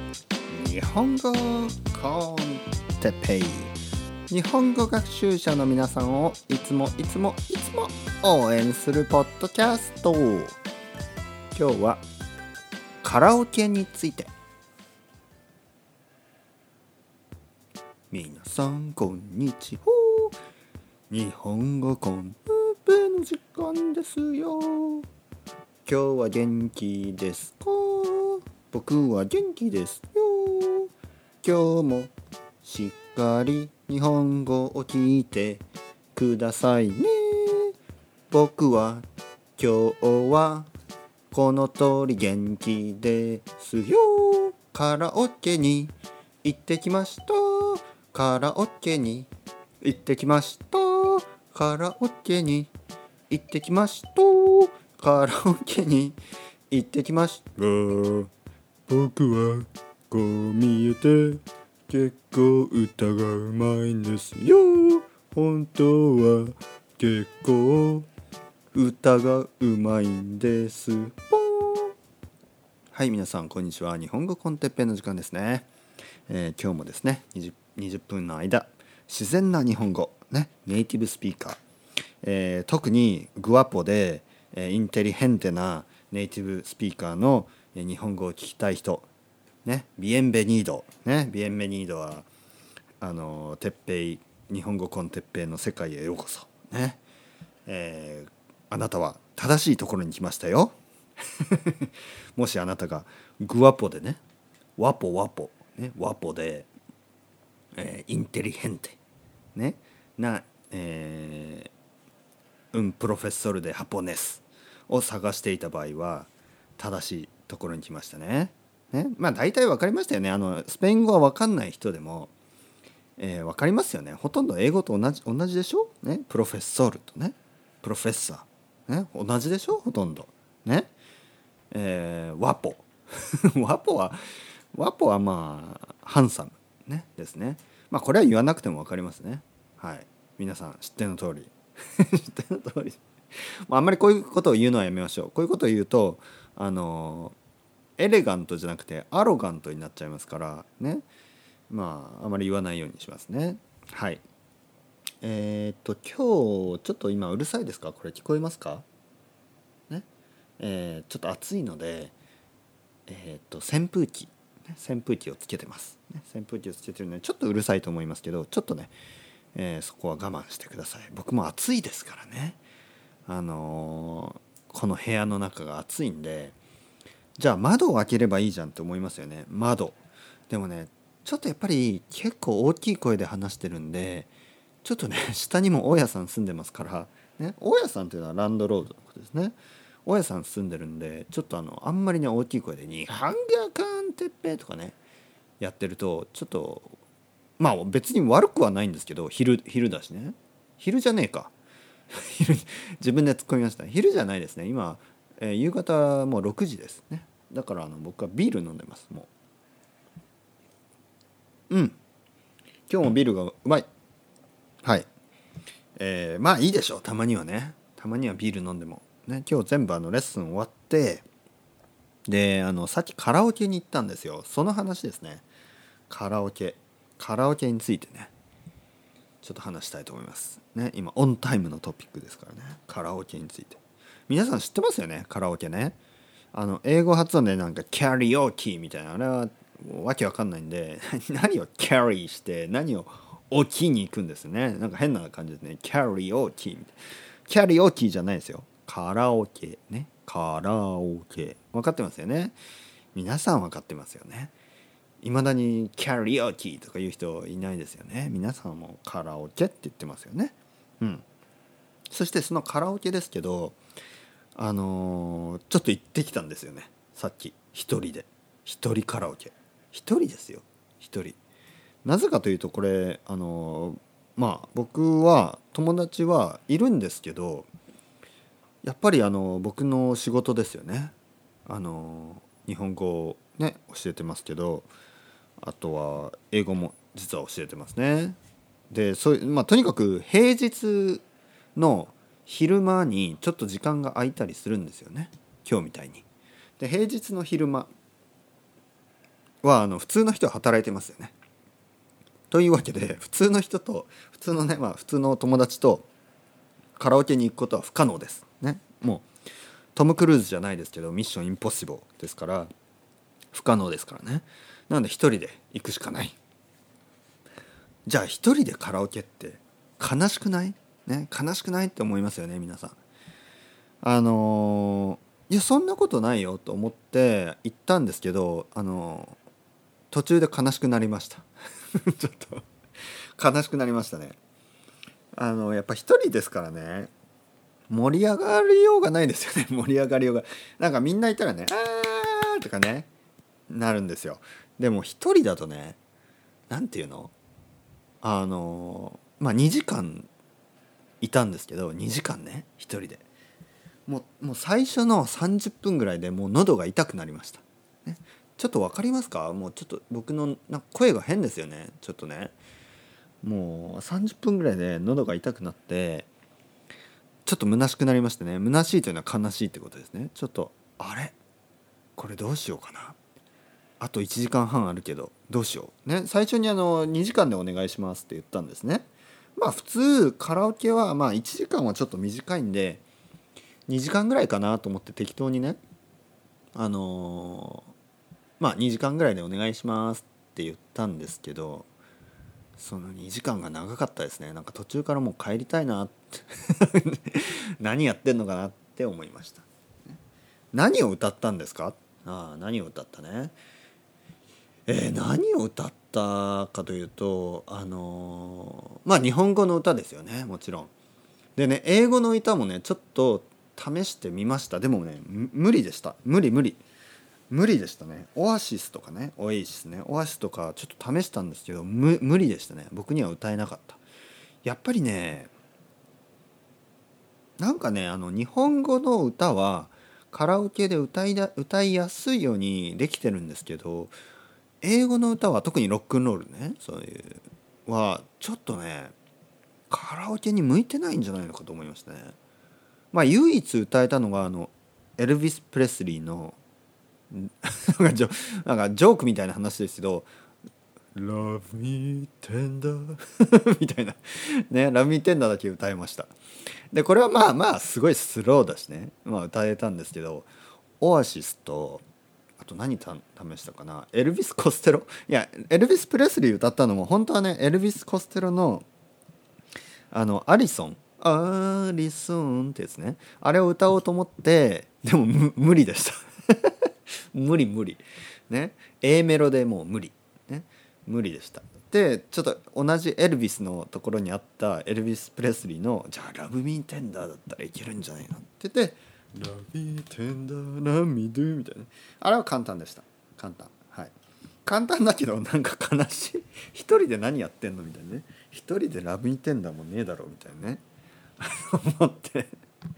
日本語コンテッペイ、日本語学習者の皆さんをいつも応援するポッドキャスト。今日はカラオケについて。皆さんこんにちは。日本語コンテッペイの時間ですよ。今日は元気ですか？僕は元気ですよ。今日もしっかり日本語を聞いてくださいね。僕は今日はこの通り元気ですよ。カラオケに行ってきました。カラオケに行ってきました。カラオケに行ってきました。カラオケに行ってきました。僕はこう見えて結構歌がうまいんですよ。本当は結構歌がうまいんです。はい、皆さんこんにちは。日本語コンテッペイの時間ですね。今日もですね 20分の間、自然な日本語、ね、ネイティブスピーカー、特にグアポで、インテリヘンテなネイティブスピーカーの日本語を聞きたい人、ね、ビエンベニード、ね、ビエンベニードはテッペイ、日本語コンテッペイの世界へようこそ、ね、あなたは正しいところに来ましたよ。もしあなたがグワポでね、ワポ、ね、ワポで、インテリヘンテ、ね、な、プロフェッソルでハポネスを探していた場合は正しいところに来ましたね。まあ大体分かりましたよね。スペイン語は分かんない人でも、分かりますよね。ほとんど英語と同じでしょ、ね、プロフェッソルとねプロフェッサー、ね、同じでしょほとんどね。ワポワポはまあハンサム、ね、ですね。まあこれは言わなくても分かりますね。はい、皆さん知っての通り知っての通りあんまりこういうことを言うのはやめましょう。こういうことを言うとエレガントじゃなくてアロガントになっちゃいますからね。まああまり言わないようにしますね。はい。今日ちょっと今うるさいですか？これ聞こえますかね。ちょっと暑いので扇風機をつけてます、ね、扇風機をつけてるのでちょっとうるさいと思いますけど、ちょっとね、そこは我慢してください。僕も暑いですからね。この部屋の中が暑いんで、じゃあ窓を開ければいいじゃんって思いますよね。窓でもね、ちょっとやっぱり結構大きい声で話してるんで、ちょっとね下にも大家さん住んでますから、ね、大家さんというのはランドロードのことですね。大家さん住んでるんで、ちょっとあんまりね大きい声で「日本語コンテッペイ」とかねやってるとちょっと、まあ別に悪くはないんですけど、昼だしね。昼じゃねえか。昼、自分で突っ込みました。昼じゃないですね今、夕方もう6時ですね。だから僕はビール飲んでます。もう今日もビールがうまい。はい。まあいいでしょう。たまにはね、たまにはビール飲んでもね。今日全部レッスン終わって、でさっきカラオケに行ったんですよ。その話ですね。カラオケについてねちょっと話したいと思いますね。今オンタイムのトピックですからね。カラオケについて皆さん知ってますよね。カラオケね、英語発音でなんかキャリオキーみたいな、あれはわけわかんないんで何をキャリーして何を置きに行くんですね。なんか変な感じですね。キャリオキーみたいな。キャリオキーじゃないですよ。カラオケね。カラオケ分かってますよね。皆さん分かってますよね。未だにキャリオキとか言う人いないですよね。皆さんもカラオケって言ってますよね。そしてそのカラオケですけど、ちょっと行ってきたんですよね。さっき一人で。一人カラオケ。一人ですよ。一人。なぜかというと、これまあ僕は友達はいるんですけど、やっぱり僕の仕事ですよね。日本語をね教えてますけど、あとは英語も実は教えてますね。でそういう、まあ、とにかく平日の昼間にちょっと時間が空いたりするんですよね。今日みたいに。で平日の昼間は普通の人は働いてますよね。というわけで普通の人と普通のね、普通の友達とカラオケに行くことは不可能ですね。もうトム・クルーズじゃないですけどミッションインポッシブルですから不可能ですからね。なので一人で行くしかない。じゃあ一人でカラオケって悲しくないね、悲しくないって思いますよね皆さん。いやそんなことないよと思って行ったんですけど、途中で悲しくなりましたちょっと悲しくなりましたね。やっぱ一人ですからね、盛り上がりようがないですよね盛り上がりようが。なんかみんないたらねあーとかねなるんですよ。でも一人だとね、なんていうの、2時間いたんですけど、2時間ね一人でもう最初の30分ぐらいでもう喉が痛くなりました、ね、ちょっと分かりますか？もうちょっと僕のなんか声が変ですよね。ちょっとねもう30分ぐらいで喉が痛くなってちょっと虚しくなりましてね。虚しいというのは悲しいってことですね。ちょっとあれこれどうしようかな、あと1時間半あるけどどうしようね。最初に2時間でお願いしますって言ったんですね。普通カラオケは1時間はちょっと短いんで2時間ぐらいかなと思って適当にね2時間ぐらいでお願いしますって言ったんですけど、その2時間が長かったですね。なんか途中からもう帰りたいなって何やってんのかなって思いました。何を歌ったんですか？何を歌ったね。何を歌ったかというと日本語の歌ですよね、もちろん。でね英語の歌もねちょっと試してみました。でもね無理でした。無理でしたね。オアシスとかね、オエイシスね、オアシスとかちょっと試したんですけど無理でしたね。僕には歌えなかった。やっぱりねなんかね日本語の歌はカラオケで歌いやすいようにできてるんですけど、英語の歌は特にロックンロールね、そういうはちょっとねカラオケに向いてないんじゃないのかと思いましたね。唯一歌えたのがエルヴィス・プレスリーのなんかジョークみたいな話ですけど Love me tender みたいなね、Love me tender だけ歌いました。でこれはすごいスローだしね、歌えたんですけど、オアシスとあと何試したかな、エルヴィス・コステロ、いやエルヴィス・プレスリー歌ったのも本当はねエルヴィス・コステロのアリソンってやつね、あれを歌おうと思ってでも無理でした無理ね、 A メロでもう無理ね、無理でした。でちょっと同じエルヴィスのところにあったエルヴィス・プレスリーのじゃあラブ・ミー・テンダーだったらいけるんじゃないのって言ってラブ・ミー・テンダーラミドゥみたいな、あれは簡単でした。簡単、はい簡単だけどなんか悲しい一人で何やってんのみたいなね、一人でラブ・ミー・テンダーもねえだろみたいなね思って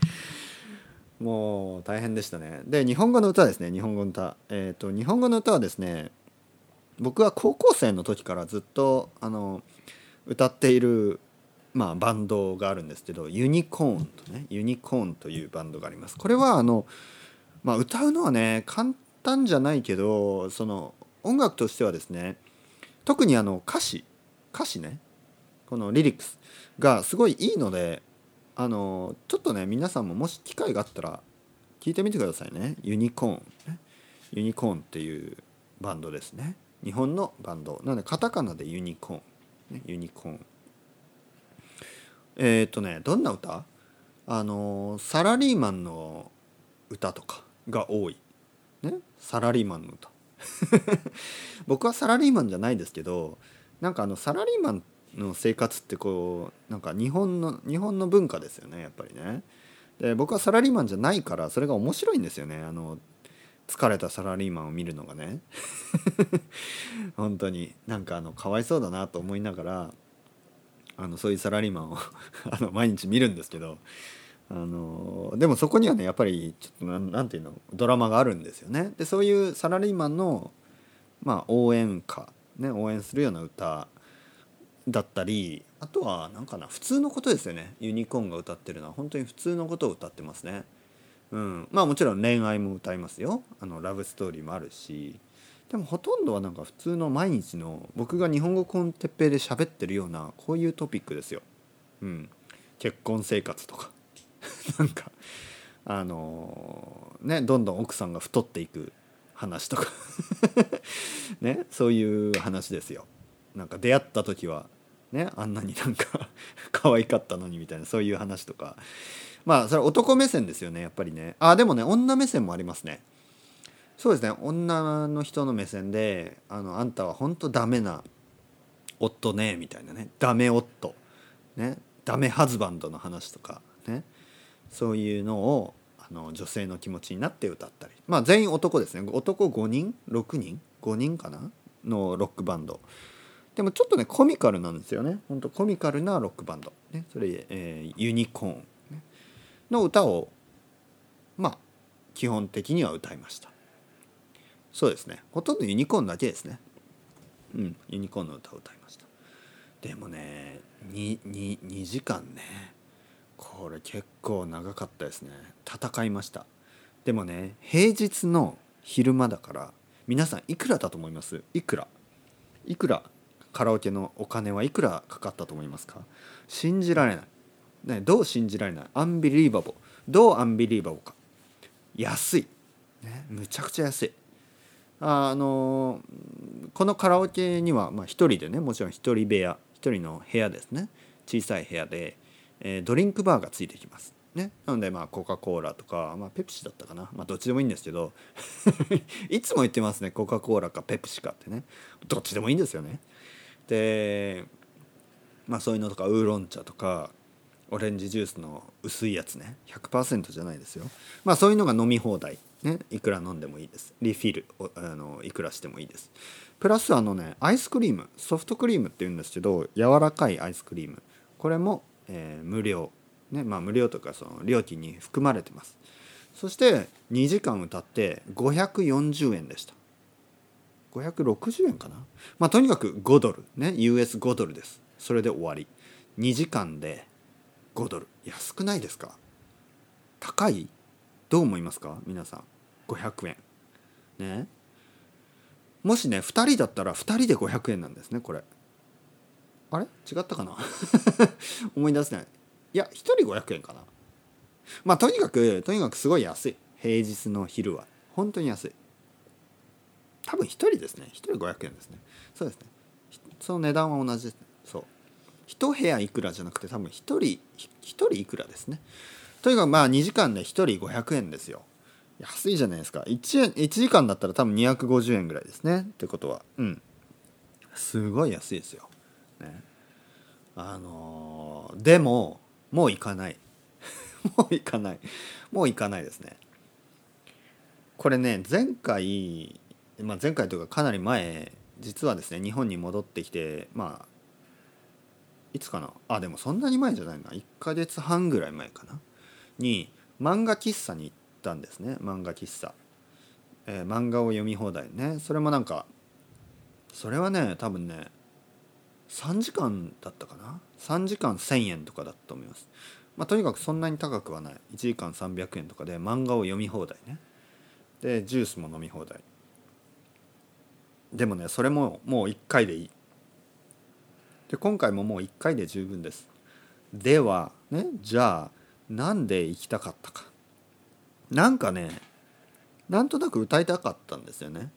もう大変でしたね。で日本語の歌ですね。日本語の歌日本語の歌はですね、僕は高校生の時からずっと歌っているバンドがあるんですけど、ユニコーンとね、ユニコーンというバンドがあります。これは歌うのはね簡単じゃないけど、その音楽としてはですね、特に歌詞ね、このリリックスがすごいいいのでちょっとね皆さんももし機会があったら聞いてみてくださいね。ユニコーンね、ユニコーンっていうバンドですね。日本のバンドなのでカタカナでユニコーン、ね、ユニコーン。どんな歌？サラリーマンの歌とかが多い、ね、サラリーマンの歌僕はサラリーマンじゃないですけど、なんかサラリーマンの生活ってこうなんか日本の文化ですよね、やっぱりね。で僕はサラリーマンじゃないからそれが面白いんですよね。疲れたサラリーマンを見るのがね本当になんかかわいそうだなと思いながらそういうサラリーマンを毎日見るんですけど、でもそこにはねやっぱりちょっとなんていうのドラマがあるんですよね。でそういうサラリーマンの応援歌ね、応援するような歌だったり、あとはなんかな普通のことですよね。ユニコーンが歌ってるのは本当に普通のことを歌ってますね。もちろん恋愛も歌いますよ。ラブストーリーもあるし、 でもほとんどはなんか普通の毎日の僕が日本語コンテッペイで喋ってるようなこういうトピックですよ。うん、結婚生活とかなんかね、どんどん奥さんが太っていく話とかね、そういう話ですよ。なんか出会った時はね、あんなになんか可愛かったのにみたいな、そういう話とか。まあそれは男目線ですよね、やっぱりね。あ、でもね、女目線もありますね。そうですね、女の人の目線であんたは本当ダメな夫ねみたいなね、ダメ夫ね、ダメハズバンドの話とかね、そういうのを女性の気持ちになって歌ったり、まあ全員男ですね。男5人6人5人かなのロックバンドでもちょっとねコミカルなんですよね。本当コミカルなロックバンド、ね、それ、ユニコーン、ね、の歌をまあ基本的には歌いました。そうですね、ほとんどユニコーンだけですね。うん、ユニコーンの歌を歌いました。でもね2時間ね、これ結構長かったですね。戦いました。でもね、平日の昼間だから皆さんいくらだと思います？いくらカラオケのお金はいくらかかったと思いますか？信じられない、ね、どう信じられない、アンビリーバボー、どうアンビリーバボーか、安い、ね、むちゃくちゃ安い。このカラオケには、まあ、一人でね、もちろん一人部屋、一人の部屋ですね、小さい部屋で、ドリンクバーがついてきますね。なのでまあコカ・コーラとか、まあ、ペプシだったかな、まあ、どっちでもいいんですけどいつも言ってますね、コカ・コーラかペプシかってね、どっちでもいいんですよね。でまあそういうのとか、ウーロン茶とかオレンジジュースの薄いやつね、 100% じゃないですよ。まあそういうのが飲み放題ね、いくら飲んでもいいです。リフィルいくらしてもいいです。プラスアイスクリーム、ソフトクリームっていうんですけど、柔らかいアイスクリーム、これも、無料ね、まあ無料とかその料金に含まれてます。そして2時間歌って540円でした。560円かな。まあとにかく5ドルね、 US5 ドルです。それで終わり。2時間で5ドル、安くないですか？高い？どう思いますか皆さん？500円ね。もしね2人だったら2人で500円なんですね、これ。あれ違ったかな思い出せない。いや1人500円かな。まあとにかくすごい安い。平日の昼は本当に安い。多分1人ですね。1人500円ですね。そうですね、その値段は同じですね。そう、1部屋いくらじゃなくて多分1人いくらですね。とにかくまあ2時間で1人500円ですよ。安いじゃないですか。1時間だったら多分250円ぐらいですね。ってことはすごい安いですよ、ね。でももう行かないもう行かないですね。これね、前回というかかなり前、実はですね日本に戻ってきて、まあいつかなあ、でもそんなに前じゃないな、1ヶ月半ぐらい前かなに漫画喫茶に行ったんですね。漫画喫茶、漫画を読み放題ね。それもなんか、それはね多分ね3時間だったかな、3時間1,000円とかだったと思います。まあとにかくそんなに高くはない。1時間300円とかで漫画を読み放題ね。でジュースも飲み放題。でもねそれももう1回でいい。で今回ももう1回で十分です。ではね、じゃあなんで行きたかったか。なんかね、なんとなく歌いたかったんですよね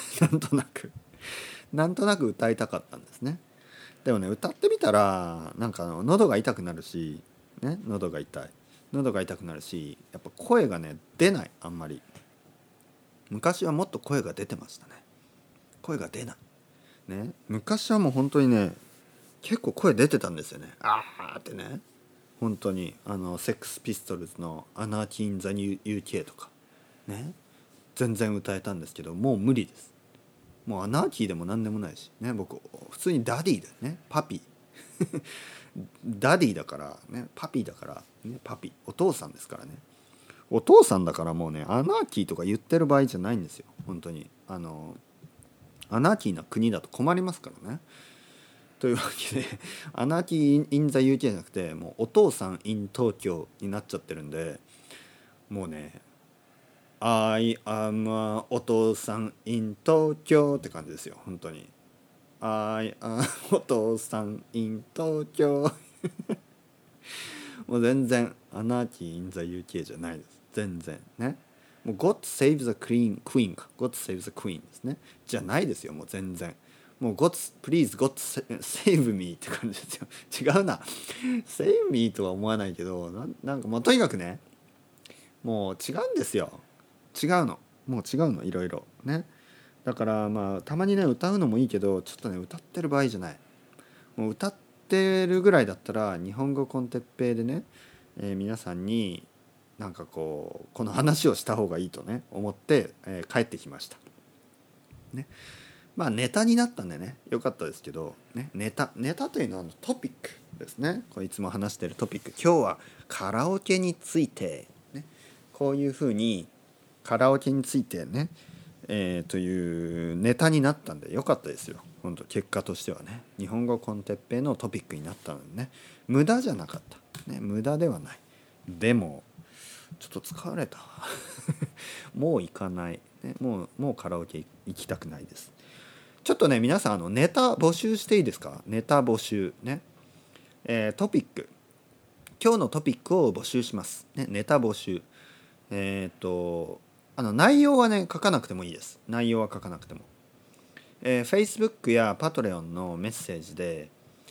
なんとなく歌いたかったんですね。でもね歌ってみたらなんか喉が痛くなるし、ね、喉が痛くなるし、やっぱ声がね出ない。あんまり昔はもっと声が出てましたね。声が出ないね。昔はもう本当にね結構声出てたんですよね。あーってね。本当にセックスピストルズの「アナーキー・イン・ザ・UK」とかね、全然歌えたんですけど、もう無理です。もうアナーキーでも何でもないしね。僕普通にダディだよね、パピーダディだからね、パピーだから、ね、パピーお父さんですからね。お父さんだからもうねアナーキーとか言ってる場合じゃないんですよ。本当にアナーキーな国だと困りますからね。というわけでアナーキー・イン・ザ・ UK じゃなくて、もうお父さん in 東京になっちゃってるんで、もうね I am a お父さん in 東京って感じですよ本当に。I am お父さん in 東京もう全然アナーキー in the UK じゃないです。全然ね。もう God save the Queen か God save the Queen ですね。じゃないですよもう全然。もう Please God save me って感じですよ。違うな。save me とは思わないけどなんかもうとにかくねもう違うんですよ。違うの。もう違うのいろいろね。だからまあたまにね歌うのもいいけどちょっとね歌ってる場合じゃない。もう歌ってるぐらいだったら日本語コンテッペイでね、皆さんになんかこの話をした方がいいとね思って、帰ってきました。ね。まあネタになったんでねよかったですけど、ね、ネタというのはトピックですね。これいつも話しているトピック。今日はカラオケについて、ね、こういうふうにカラオケについてね、というネタになったんでよかったですよ本当結果としてはね。日本語コンテッペイのトピックになったのでね無駄じゃなかった、ね、無駄ではない。でもちょっと疲れたもう行かない、ね、もうカラオケ行きたくないです。ちょっとね皆さんネタ募集していいですか。ネタ募集ね、トピック今日のトピックを募集します、ね、ネタ募集内容はね書かなくてもいいです。内容は書かなくても、Facebook や Patreon のメッセージで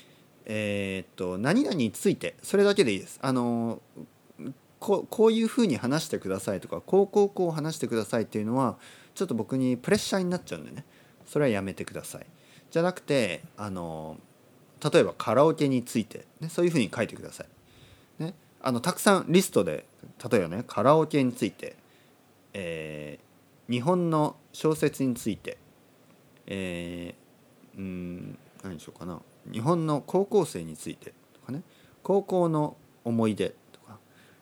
何々についてそれだけでいいです。こういうふうに話してくださいとかこう話してくださいっていうのはちょっと僕にプレッシャーになっちゃうんでねそれはやめてください。じゃなくて例えばカラオケについて、ね、そういうふうに書いてください、ね、たくさんリストで例えばねカラオケについて、日本の小説について、何でしょうかな日本の高校生についてとかね高校の思い出とか、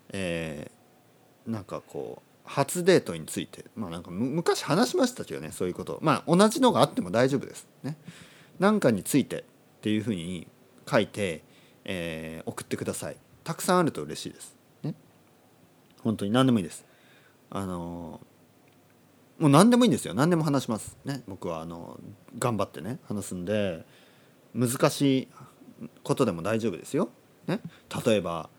なんかこう初デートについてなんか昔話しましたけどねそういうこと同じのがあっても大丈夫ですね。なんかについてっていうふうに書いて、送ってください。たくさんあると嬉しいですね。本当に何でもいいです。もう何でもいいんですよ。何でも話しますね。僕は頑張ってね話すんで難しいことでも大丈夫ですよ。ね、例えば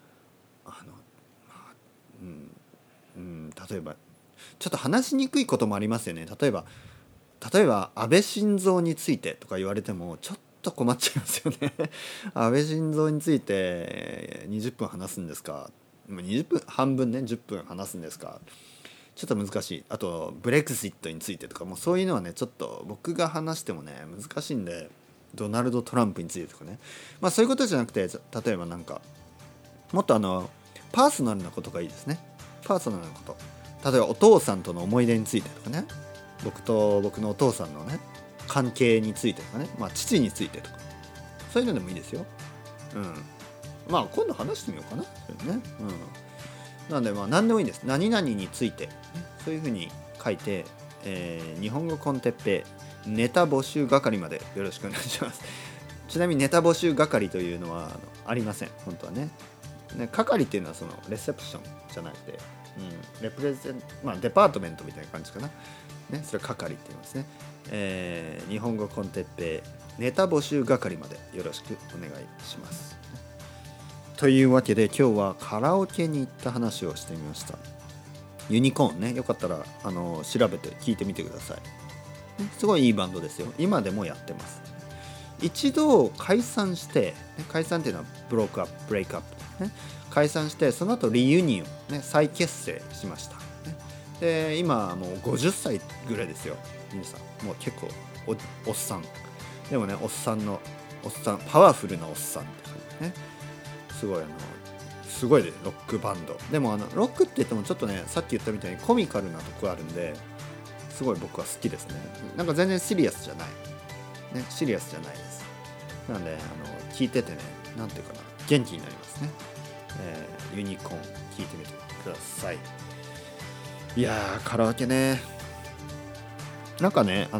例えばちょっと話しにくいこともありますよね。例えば安倍晋三についてとか言われてもちょっと困っちゃいますよね安倍晋三について20分話すんですか。20分半分ね10分話すんですか。ちょっと難しい。あとブレクジットについてとかもうそういうのはねちょっと僕が話してもね難しいんでドナルド・トランプについてとかねそういうことじゃなくて例えばなんかもっとパーソナルなことがいいですね。パーソナルなこと。例えばお父さんとの思い出についてとかね僕のお父さんのね関係についてとかね父についてとかそういうのでもいいですよ。今度話してみようかなそれね。なので何でもいいんです。何々について、ね、そういうふうに書いて、日本語コンテッペイネタ募集係までよろしくお願いします。ちなみにネタ募集係というのはありません本当はね。係っていうのはそのレセプションじゃなくて、レプレゼンデパートメントみたいな感じかな、ね、それ係って言いますね。日本語コンテッペイネタ募集係までよろしくお願いします。というわけで今日はカラオケに行った話をしてみました。ユニコーンねよかったら調べて聞いてみてください。すごいいいバンドですよ。今でもやってます。一度解散して、解散っていうのはブレイクアップ、ね、解散してその後リユニオン、ね、再結成しました、ね、で今もう50歳ぐらいですよ皆さん。もう結構 おっさんでもねおっさんパワフルなおっさんって感じね。すごいでロックバンドでもロックって言ってもちょっとねさっき言ったみたいにコミカルなとこあるんですごい僕は好きですね。なんか全然シリアスじゃないね、シリアスじゃないです。なので聞いててねなんていうかな元気になりますね。ユニコーン聞いてみてください。いやーカラオケねなんかね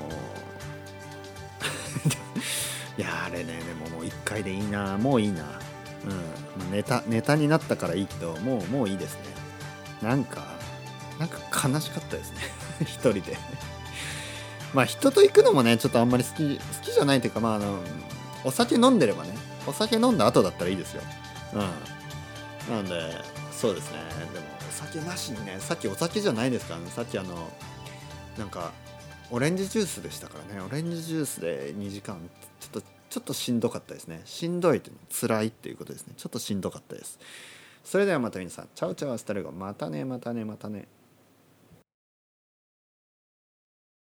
いやあれねでももう1回でいいなもういいな。ネタになったからいいけどもういいですね。なんかなんか悲しかったですね一人でまあ人と行くのもねちょっとあんまり好きじゃないというか、まあお酒飲んでればね、お酒飲んだ後だったらいいですよ。なのでそうですね。でもお酒なしにね、さっきお酒じゃないですからね、さっきなんかオレンジジュースでしたからね。オレンジジュースで2時間ちょっとしんどかったですね。しんどいって辛いっていうことですね。ちょっとしんどかったです。それではまた皆さん、チャウチャウアスタルゴ、またねまたねまたね。